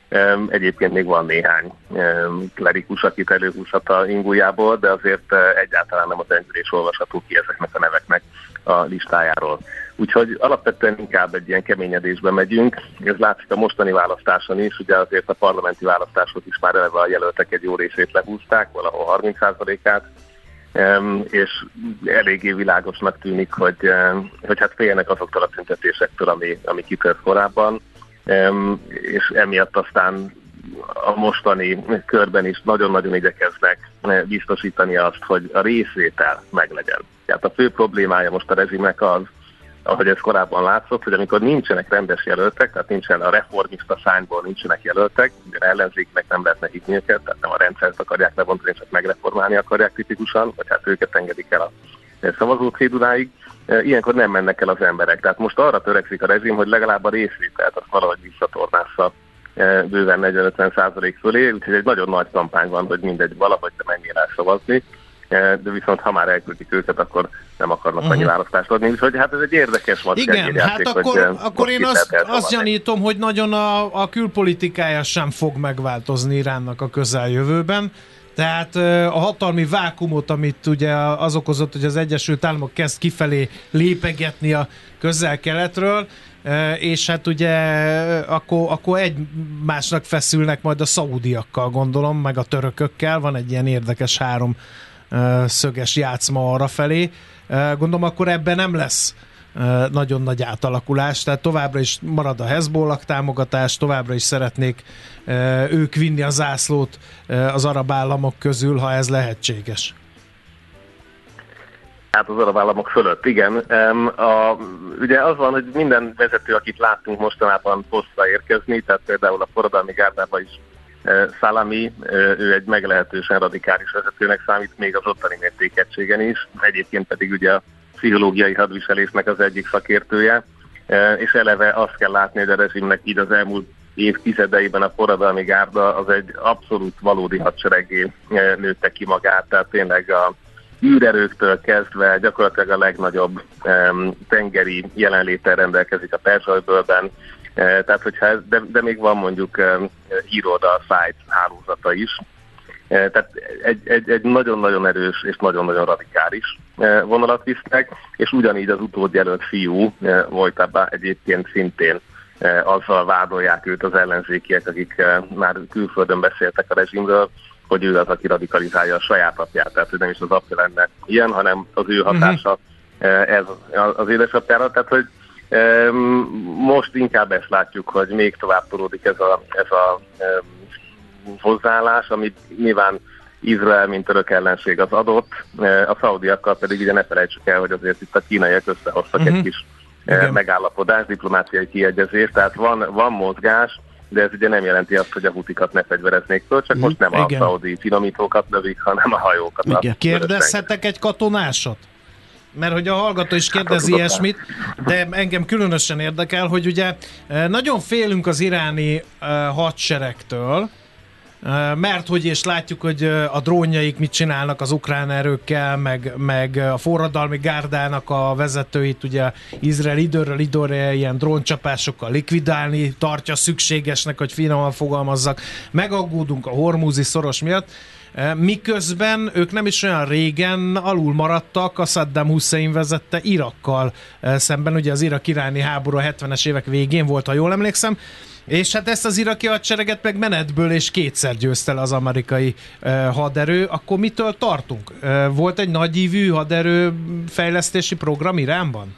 Egyébként még van néhány klerikus, akit előhúzhat a ingújából, de azért egyáltalán nem az enyhülés olvasható ki ezeknek a neveknek a listájáról. Úgyhogy alapvetően inkább egy ilyen keményedésbe megyünk. Ez látszik a mostani választáson is, ugye azért a parlamenti választások is már eleve a jelöltek egy jó részét lehúzták, valahol harminc százalékát, és eléggé világosnak tűnik, hogy, hogy hát félnek azoktól a tüntetésektől, ami, ami kitört korábban, és emiatt aztán a mostani körben is nagyon-nagyon igyekeznek biztosítani azt, hogy a részvétel meglegyen. Tehát a fő problémája most a rezsimnek az, ahogy ez korábban látszott, hogy amikor nincsenek rendes jelöltek, tehát nincsen a reformista szányból nincsenek jelöltek, ugye ellenzéknek nem lehetne hívni őket, tehát nem a rendszert akarják lebontani, csak megreformálni akarják tipikusan, vagy hát őket engedik el a szavazó céduláig, ilyenkor nem mennek el az emberek. Tehát most arra törekszik a rezsim, hogy legalább a részvételt azt valahogy visszatornásza bőven negyven-ötven százalék fölé, úgyhogy egy nagyon nagy kampány van, hogy mindegy, valahogy te menjél el szavazni, de viszont ha már elküldik őket, akkor nem akarnak uh-huh. annyi választást adni, úgyhogy hát ez egy érdekes macska. Igen, hát játék, akkor, hogy, akkor én azt, azt gyanítom, hogy nagyon a, a külpolitikája sem fog megváltozni Iránnak a közeljövőben. Tehát a hatalmi vákumot, amit ugye az okozott, hogy az Egyesült Államok kezd kifelé lépegetni a közel-keletről, és hát ugye akkor, akkor egymásnak feszülnek majd a szaudiakkal, gondolom, meg a törökökkel, van egy ilyen érdekes három szöges játszma arrafelé. Gondolom, akkor ebben nem lesz nagyon nagy átalakulás, tehát továbbra is marad a Hezbollah támogatás, továbbra is szeretnék ők vinni a zászlót az arab államok közül, ha ez lehetséges. Hát az arab államok fölött, igen. A, ugye az van, hogy minden vezető, akit láttunk mostanában posztra érkezni, tehát például a forradalmi gárdában is Szalami, ő egy meglehetősen radikális vezetőnek számít, még az ottani mértékegységen is, egyébként pedig ugye a pszichológiai hadviselésnek az egyik szakértője, és eleve azt kell látni, hogy a rezsimnek így az elmúlt évtizedeiben a forradalmi gárda az egy abszolút valódi hadseregé nőtte ki magát, tehát tényleg a űrerőktől kezdve gyakorlatilag a legnagyobb tengeri jelenléttel rendelkezik a Perzsa-öbölben, tehát hogyha ez, de, de még van mondjuk híroldal, szájt hálózata is. Tehát egy, egy, egy nagyon-nagyon erős és nagyon-nagyon radikális vonalat visznek, és ugyanígy az utódjelölt fiú, Vojtaba egyébként szintén azzal vádolják őt az ellenzékiek, akik már külföldön beszéltek a rezsimről, hogy ő az, aki radikalizálja a saját apját. Tehát hogy nem is az apja lenne ilyen, hanem az ő hatása ez az édesapjára. Tehát, hogy most inkább ezt látjuk, hogy még tovább tolódik ez a, ez a hozzáállás, amit nyilván Izrael, mint örök ellenség az adott, a szaudiakkal pedig ugye ne felejtsük el, hogy azért itt a kínaiak összehoztak uh-huh. egy kis Igen. megállapodás, diplomáciai kiegyezés, tehát van, van mozgás, de ez ugye nem jelenti azt, hogy a hutikat ne fegyvereznék föl, csak most nem Igen. a szaudi finomítókat lövik, hanem a hajókat. A Kérdezhetek egy katonásot? Mert hogy a hallgató is kérdezi hát, ilyesmit, de engem különösen érdekel, hogy ugye nagyon félünk az iráni uh, hadseregtől, uh, mert hogy és látjuk, hogy a drónjaik mit csinálnak az ukrán erőkkel, meg, meg a forradalmi gárdának a vezetőit, ugye Izrael időről időre ilyen dróncsapásokkal likvidálni tartja szükségesnek, hogy finoman fogalmazzak. Megaggódunk a hormúzi szoros miatt, miközben ők nem is olyan régen alul maradtak a Saddam Hussein vezette Irakkal szemben, ugye az irak-iráni háború a hetvenes évek végén volt, ha jól emlékszem, és hát ezt az iraki hadsereget meg menetből és kétszer győzte le az amerikai haderő. Akkor mitől tartunk? Volt egy nagyívű haderő fejlesztési program Iránban?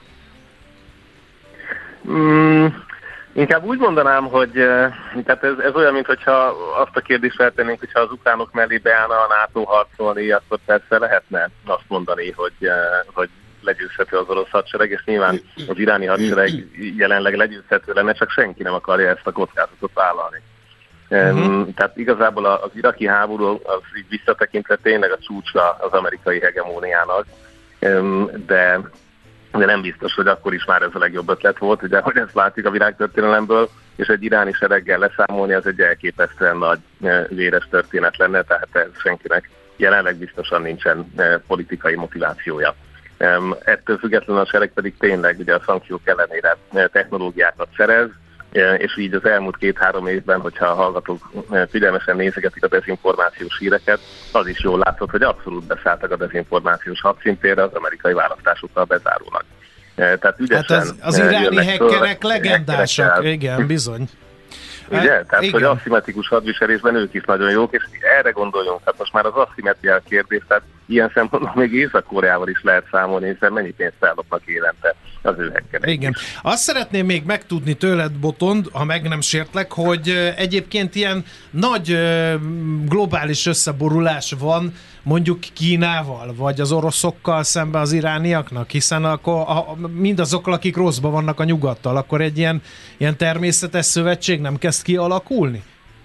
Mm. Inkább úgy mondanám, hogy tehát ez, ez olyan, mintha azt a kérdést feltennénk, hogyha az ukránok mellé beállna a NATO harcolni, akkor persze lehetne azt mondani, hogy, hogy legyőzhető az orosz hadsereg, és nyilván az iráni hadsereg jelenleg legyőzhető lenne, csak senki nem akarja ezt a kockázatot vállalni. Uh-huh. Tehát igazából az iraki háború az így visszatekintve tényleg a csúcsa az amerikai hegemóniának, de de nem biztos, hogy akkor is már ez a legjobb ötlet volt, ugye, hogy ezt látjuk a világtörténelemből, és egy iráni sereggel leszámolni, az egy elképesztően nagy véres történet lenne, tehát ez senkinek jelenleg biztosan nincsen politikai motivációja. Ettől függetlenül a sereg pedig tényleg ugye a szankciók ellenére technológiákat szerez, és így az elmúlt két-három évben, hogyha a hallgatók figyelmesen nézegetik a dezinformációs híreket, az is jól látszott, hogy abszolút beszálltak a dezinformációs hadszintérre az amerikai választásokkal bezárólag. Tehát ügyesen, hát az, az iráni hackerek legendásak, igen, bizony. Ugye? Tehát, igen. Hogy aszimmetrikus hadviselésben ők is nagyon jók, és erre gondoljunk, hát most már az aszimmetriál kérdés, tehát ilyen szempontból még Észak-Koreával is lehet számolni, hiszen mennyi pénzt szállopnak évente az ő hackerek. Igen. Is. Azt szeretném még megtudni tőled, Botond, ha meg nem sértlek, hogy egyébként ilyen nagy globális összeborulás van mondjuk Kínával, vagy az oroszokkal szemben az irániaknak, hiszen akkor a, mindazokkal, akik rosszban vannak a nyugattal, akkor egy ilyen, ilyen természetes szövetség nem kezd kialakulni?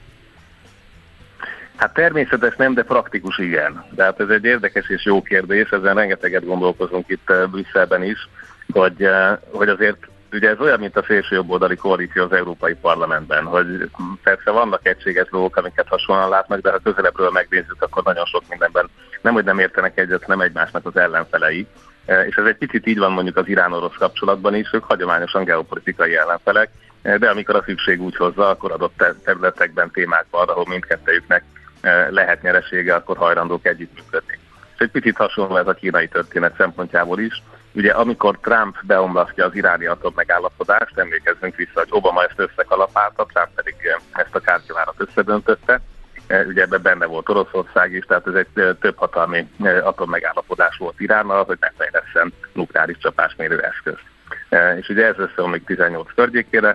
Hát természetes nem, de praktikus igen. De hát ez egy érdekes és jó kérdés, ezen rengeteget gondolkozunk itt Brüsszelben is, hogy, hogy azért ugye ez olyan, mint a szélsőjobboldali koalíció az Európai Parlamentben, hogy persze vannak egységes dolgok, amiket hasonlóan látnak, de ha közelebbről megnézzük, akkor nagyon sok mindenben nem, hogy nem értenek egyet, nem egymásnak az ellenfelei. És ez egy picit így van mondjuk az Irán-orosz kapcsolatban is, ők hagyományosan geopolitikai ellenfelek, de amikor a szükség úgy hozza, akkor adott területekben, témákban, ahol mindkettejüknek lehet nyeresége, akkor hajlandók együttműködni. És egy picit hasonló ez a kínai történet szempontjából is. Ugye amikor Trump beomlasztja az iráni atommegállapodást, emlékezzünk vissza, hogy Obama ezt összekalapálta, Trump pedig ezt a kártyavárat összedöntötte. Ugye ebben benne volt Oroszország is, tehát ez egy több hatalmi atommegállapodás volt Iránnal, hogy ne fejlesszen nukleáris csapásmérő eszközt. És ugye ez összeomlik tizennyolc környékére,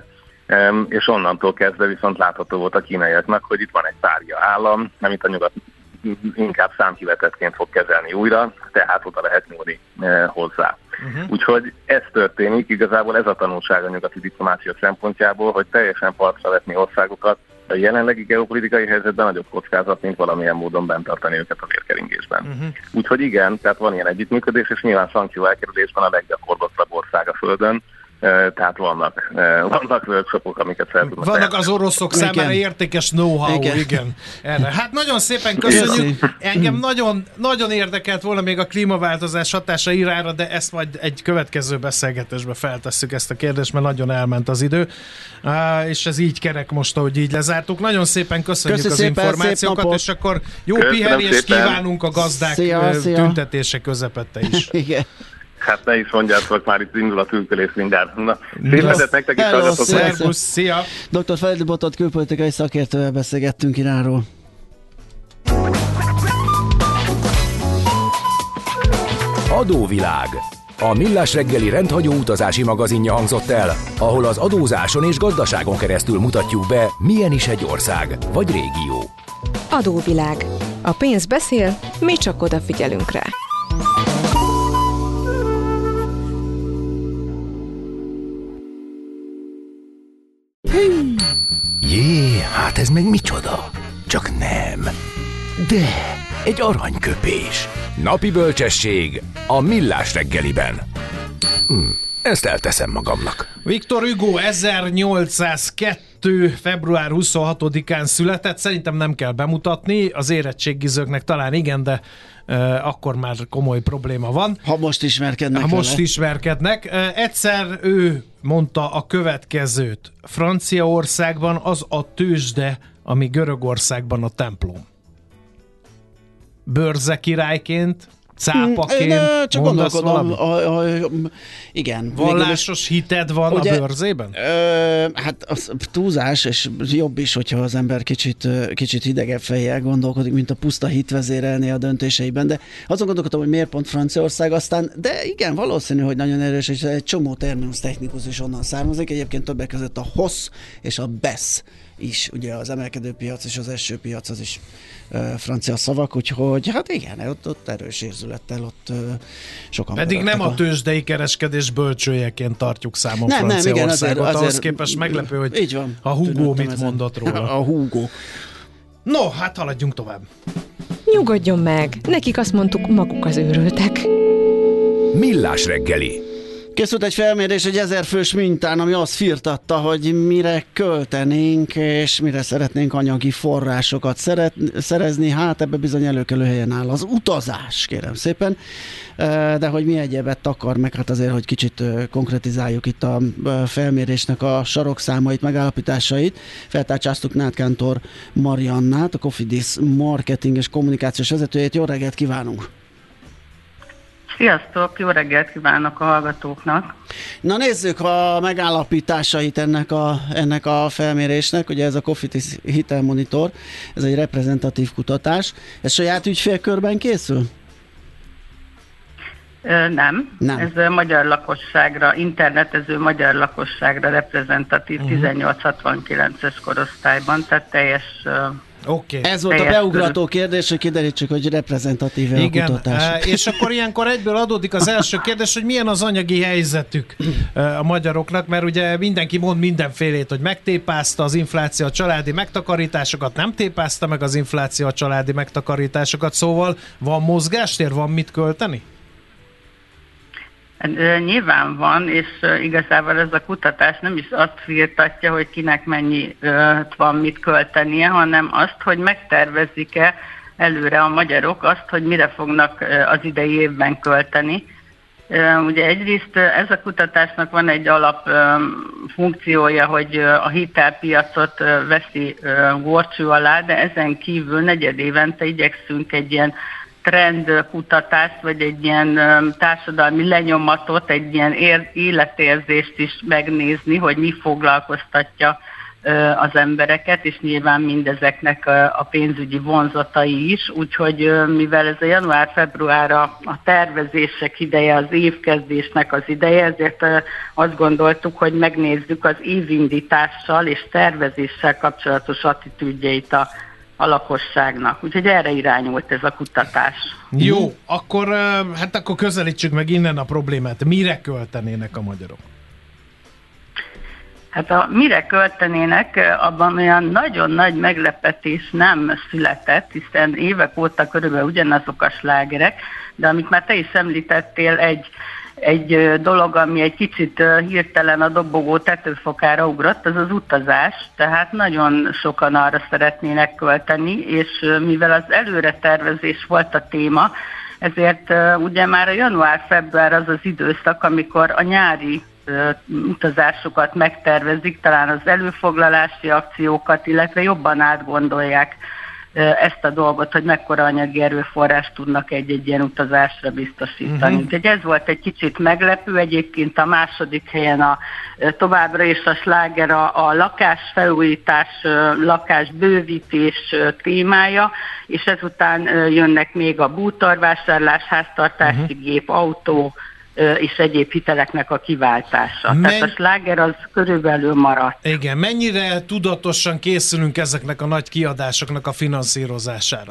és onnantól kezdve viszont látható volt a kínaiaknak, hogy itt van egy párja állam, amit a nyugat inkább számkivetetként fog kezelni újra, tehát oda lehet nyúlni e, hozzá. Uh-huh. Úgyhogy ez történik, igazából ez a tanulság a nyugati diplomácia szempontjából, hogy teljesen partra vetni országokat a jelenlegi geopolitikai helyzetben nagyobb kockázat, mint valamilyen módon bent tartani őket a vérkeringésben. Uh-huh. Úgyhogy igen, tehát van ilyen együttműködés, és nyilván szankció elkerülésben a leggyakorlatilabb ország a Földön, tehát vannak, vannak workshopok, amiket fel tudnak. Vannak az oroszok igen. számára értékes know-how, igen. igen. Erre. Hát nagyon szépen köszönjük. Engem nagyon, nagyon érdekelt volna még a klímaváltozás hatása Iránra, de ezt majd egy következő beszélgetésbe feltesszük ezt a kérdést, mert nagyon elment az idő. És ez így kerek most, ahogy így lezártuk. Nagyon szépen köszönjük Köszi az szépen, információkat, és akkor jó pihenést kívánunk a gazdák szia, szia. tüntetése közepette is. Igen. Hát ne is mondjátok, már itt indul a tűnködés mindjárt. Na, szépen nektek is hallgatok. Szervusz, szia! doktor Feledi Botond külpolitikai szakértővel beszélgettünk Iránról. Adóvilág. A Millás reggeli rendhagyó utazási magazinja hangzott el, ahol az adózáson és gazdaságon keresztül mutatjuk be, milyen is egy ország vagy régió. Adóvilág. A pénz beszél, mi csak odafigyelünk rá. Jé, hát ez meg micsoda? Csak nem. De, egy aranyköpés. Napi bölcsesség a Millás reggeliben. Hm, ezt elteszem magamnak. Viktor Hugo ezernyolcszázkettő. február huszonhatodikán született, szerintem nem kell bemutatni, az érettségizőknek talán igen, de uh, akkor már komoly probléma van. Ha most ismerkednek Ha vele. most ismerkednek. Uh, egyszer ő mondta a következőt: Franciaországban az a tőzsde, ami Görögországban a templom. Bőrze királyként, cápaként de csak mondasz valami? A, a, a, igen. Vallásos hited van ugye, a bőrzében? Ö, hát az túlzás, és jobb is, hogyha az ember kicsit, kicsit hidegebb fejjel gondolkodik, mint a puszta hit vezérelni a döntéseiben, de azon gondolkodtam, hogy miért pont Franciaország, aztán, de igen, valószínű, hogy nagyon erős, és egy csomó terminus technikus is onnan származik, egyébként többek között a hossz és a besz is, ugye az emelkedő piac és az eső piac az is uh, francia szavak, úgyhogy hát igen, ott, ott erős érzülettel, ott uh, sokan pedig nem a, a tőzsdei kereskedés bölcsőjeként tartjuk számon nem, Franciaországot, nem, ahhoz képest meglepő, hogy így van, a Hugo mit ezen. mondott róla. A Hugo. No, hát haladjunk tovább. Nyugodjon meg, nekik azt mondtuk, maguk az őrültek. Millás reggeli. Készült egy felmérés egy ezerfős mintán, ami azt firtatta, hogy mire költenénk, és mire szeretnénk anyagi forrásokat szeret, szerezni. Hát ebbe bizony előkelő helyen áll az utazás, kérem szépen. De hogy mi egyebet takar meg, hát azért, hogy kicsit konkretizáljuk itt a felmérésnek a sarokszámait, megállapításait. Feltárcsáztuk Náth Kántor Mariannát, a Cofidis marketing és kommunikációs vezetőjét. Jó reggelt kívánunk! Sziasztok, jó reggelt kívánok a hallgatóknak! Na nézzük a megállapításait ennek a, ennek a felmérésnek, ugye ez a Cofidis hitelmonitor, ez egy reprezentatív kutatás. Ez saját ügyfélkörben készül? Nem. Nem. Ez magyar lakosságra, internetező magyar lakosságra reprezentatív uh-huh. tizennyolc hatvankilences korosztályban, tehát teljes... Okay. Ez volt a beugrató kérdés, hogy kiderítsük, hogy reprezentatív a kutatás. És akkor ilyenkor egyből adódik az első kérdés, hogy milyen az anyagi helyzetük a magyaroknak, mert ugye mindenki mond mindenfélét, hogy megtépázta az infláció a családi megtakarításokat, nem tépázta meg az infláció a családi megtakarításokat, szóval van mozgástér, van mit költeni? Nyilván van, és igazából ez a kutatás nem is azt firtatja, hogy kinek mennyi van mit költenie, hanem azt, hogy megtervezik-e előre a magyarok azt, hogy mire fognak az idei évben költeni. Ugye egyrészt ez a kutatásnak van egy alap funkciója, hogy a hitelpiacot veszi górcső alá, de ezen kívül negyedévente igyekszünk egy ilyen trendkutatást, vagy egy ilyen társadalmi lenyomatot, egy ilyen ér- életérzést is megnézni, hogy mi foglalkoztatja az embereket, és nyilván mindezeknek a pénzügyi vonzatai is, úgyhogy mivel ez a január-február a, a tervezések ideje, az évkezdésnek az ideje, ezért azt gondoltuk, hogy megnézzük az évindítással és tervezéssel kapcsolatos attitűdjeit a a lakosságnak. Úgyhogy erre irányult ez a kutatás. Jó, akkor, hát akkor közelítsük meg innen a problémát. Mire költenének a magyarok? Hát a mire költenének, abban olyan nagyon nagy meglepetés nem született, hiszen évek óta körülbelül ugyanazok a slágerek, de amit már te is említettél, egy Egy dolog, ami egy kicsit hirtelen a dobogó tetőfokára ugrott, az az utazás, tehát nagyon sokan arra szeretnének költeni, és mivel az előretervezés volt a téma, ezért ugye már a január-február az az időszak, amikor a nyári utazásokat megtervezik, talán az előfoglalási akciókat, illetve jobban átgondolják ezt a dolgot, hogy mekkora anyagi erőforrást tudnak egy-egy ilyen utazásra biztosítani. Uh-huh. Úgyhogy ez volt egy kicsit meglepő, egyébként a második helyen a továbbra is a sláger a, a lakásfelújítás, lakásbővítés témája, és ezután jönnek még a bútorvásárlás, háztartási uh-huh. gép, autó, és egyéb hiteleknek a kiváltása. Men... Tehát a sláger az körülbelül maradt. Igen, mennyire tudatosan készülünk ezeknek a nagy kiadásoknak a finanszírozására?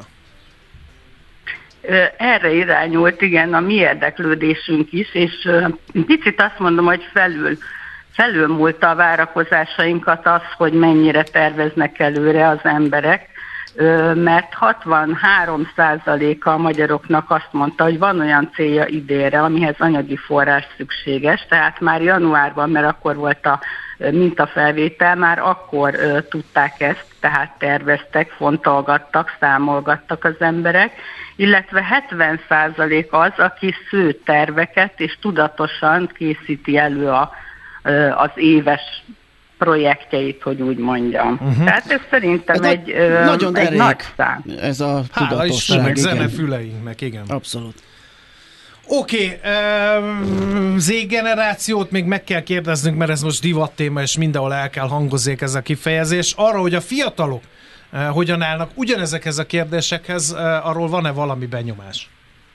Erre irányult, igen, a mi érdeklődésünk is, és picit azt mondom, hogy felül, felülmúlta a várakozásainkat az, hogy mennyire terveznek előre az emberek, mert hatvanhárom százaléka a magyaroknak azt mondta, hogy van olyan célja idénre, amihez anyagi forrás szükséges, tehát már januárban, mert akkor volt a mintafelvétel, már akkor tudták ezt, tehát terveztek, fontolgattak, számolgattak az emberek, illetve hetven százalék az, aki sző terveket és tudatosan készíti elő a, az éves projektjeit, hogy úgy mondjam. Uh-huh. Tehát ez szerintem ez egy, ö, nagyon egy nagy szám. Ez a tudatosság. Hála zenefüleinknek, igen. Abszolút. Oké, okay, Z-generációt még meg kell kérdeznünk, mert ez most divat téma, és mindenhol el kell hangozzék ez a kifejezés. Arra, hogy a fiatalok uh, hogyan állnak ugyanezekhez a kérdésekhez, uh, arról van-e valami benyomás?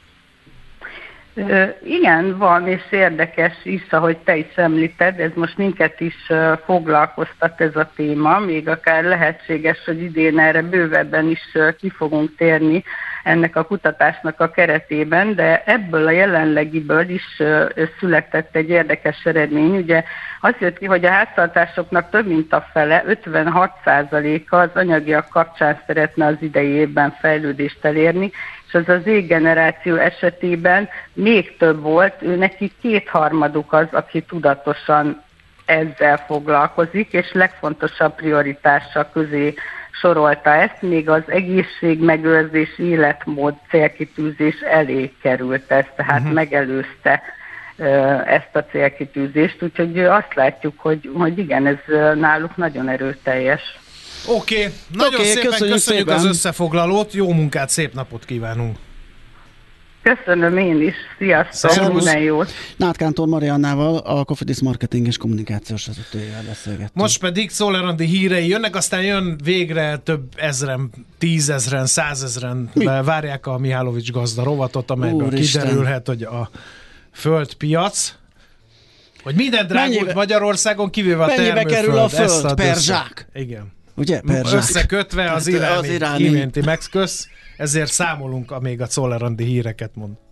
Uh, igen, van, és érdekes is, ahogy te is említed, ez most minket is uh, foglalkoztat ez a téma, még akár lehetséges, hogy idén erre bővebben is uh, ki fogunk térni, ennek a kutatásnak a keretében, de ebből a jelenlegiből is született egy érdekes eredmény. Ugye azt jött ki, hogy a háztartásoknak több mint a fele, ötvenhat százaléka az anyagiak kapcsán szeretne az idei évben fejlődést elérni, és az az Z-generáció esetében még több volt, ő neki kétharmaduk az, aki tudatosan ezzel foglalkozik, és legfontosabb prioritása közé sorolta ezt, még az egészségmegőrzés, életmód célkitűzés elé került ez, tehát uh-huh. megelőzte uh, ezt a célkitűzést, úgyhogy azt látjuk, hogy, hogy igen, ez náluk nagyon erőteljes. Oké, okay. Nagyon okay, szépen köszönjük, köszönjük szépen az összefoglalót, jó munkát, szép napot kívánunk! Köszönöm én is, sziasztok, minden jót! Náth Kántor Mariannával, a Cofidis marketing és kommunikációs vezetőjével beszélgettünk. Most pedig Czoller Andi hírei jönnek, aztán jön végre több ezren, tízezren, százezren Mi? várják a Mihálovics gazda rovatot, amelyből Úristen. kiderülhet, hogy a földpiac, hogy minden drágult mennyibe, Magyarországon, kivéve a termőföld. Mennyibe kerül a föld per zsák? Igen. Ugye, per zsák. Összekötve az iráni, az iráni. iménti megkösz, ezért számolunk, amíg a Czoller Andi híreket mond.